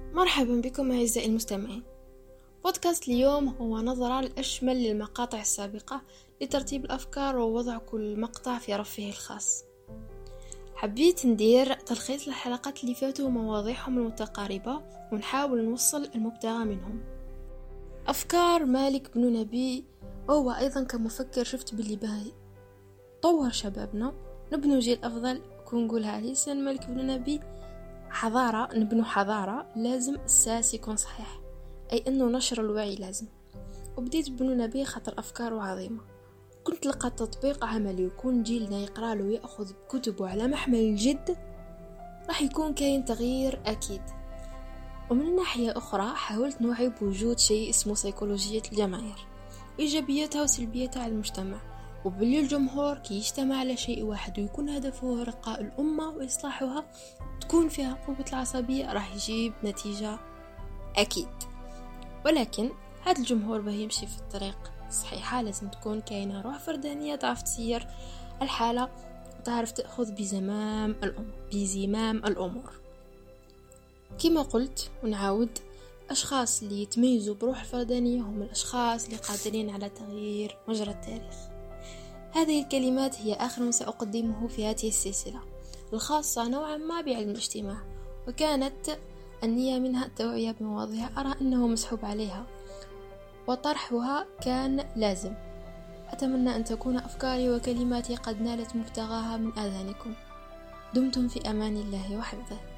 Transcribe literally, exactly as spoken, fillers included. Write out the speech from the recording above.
مرحبا بكم أعزائي المستمعين. بودكاست اليوم هو نظرة الأشمل للمقاطع السابقة لترتيب الأفكار ووضع كل مقطع في رفه الخاص. حبيت ندير تلخيص للحلقات اللي فاتوا ومواضيعهم المتقاربة ونحاول نوصل المبتغى منهم. أفكار مالك بن نبي، وهو أيضا كمفكر شفت باللي باهي طور شبابنا نبنو جيل أفضل. كنقولها على لسان مالك بن نبي، حضارة نبنو حضارة لازم الساس يكون صحيح، أي أنه نشر الوعي لازم. وبديت بنو نبي خاطر أفكاره عظيمة، كنت لقى تطبيق عملي ويكون جيلنا يقرأ له ويأخذ بكتبه على محمل الجد، راح يكون كاين تغيير أكيد. ومن ناحية أخرى حاولت نوعي بوجود شيء اسمه سيكولوجية الجماهير، إيجابيتها وسلبيتها على المجتمع، وباللي الجمهور كي يجتمع على شيء واحد ويكون هدفه رقاء الأمة وإصلاحها، تكون فيها قوة العصبية، راح يجيب نتيجة أكيد. ولكن هذا الجمهور باه يمشي في الطريق الصحيحة لازم تكون كاينة روح فردانية تعرف تسير الحالة وتعرف تأخذ بزمام الأمور بزمام الأمور كما قلت ونعاود. أشخاص اللي يتميزوا بروح الفردانية هم الأشخاص اللي قادرين على تغيير مجرى التاريخ. هذه الكلمات هي آخر ما سأقدمه في هذه السلسلة الخاصة نوعا ما بعلم الاجتماع، وكانت النية منها التوعية بمواضيع أرى أنه مسحوب عليها وطرحها كان لازم. أتمنى أن تكون أفكاري وكلماتي قد نالت مبتغاها من آذانكم. دمتم في أمان الله وحفظه.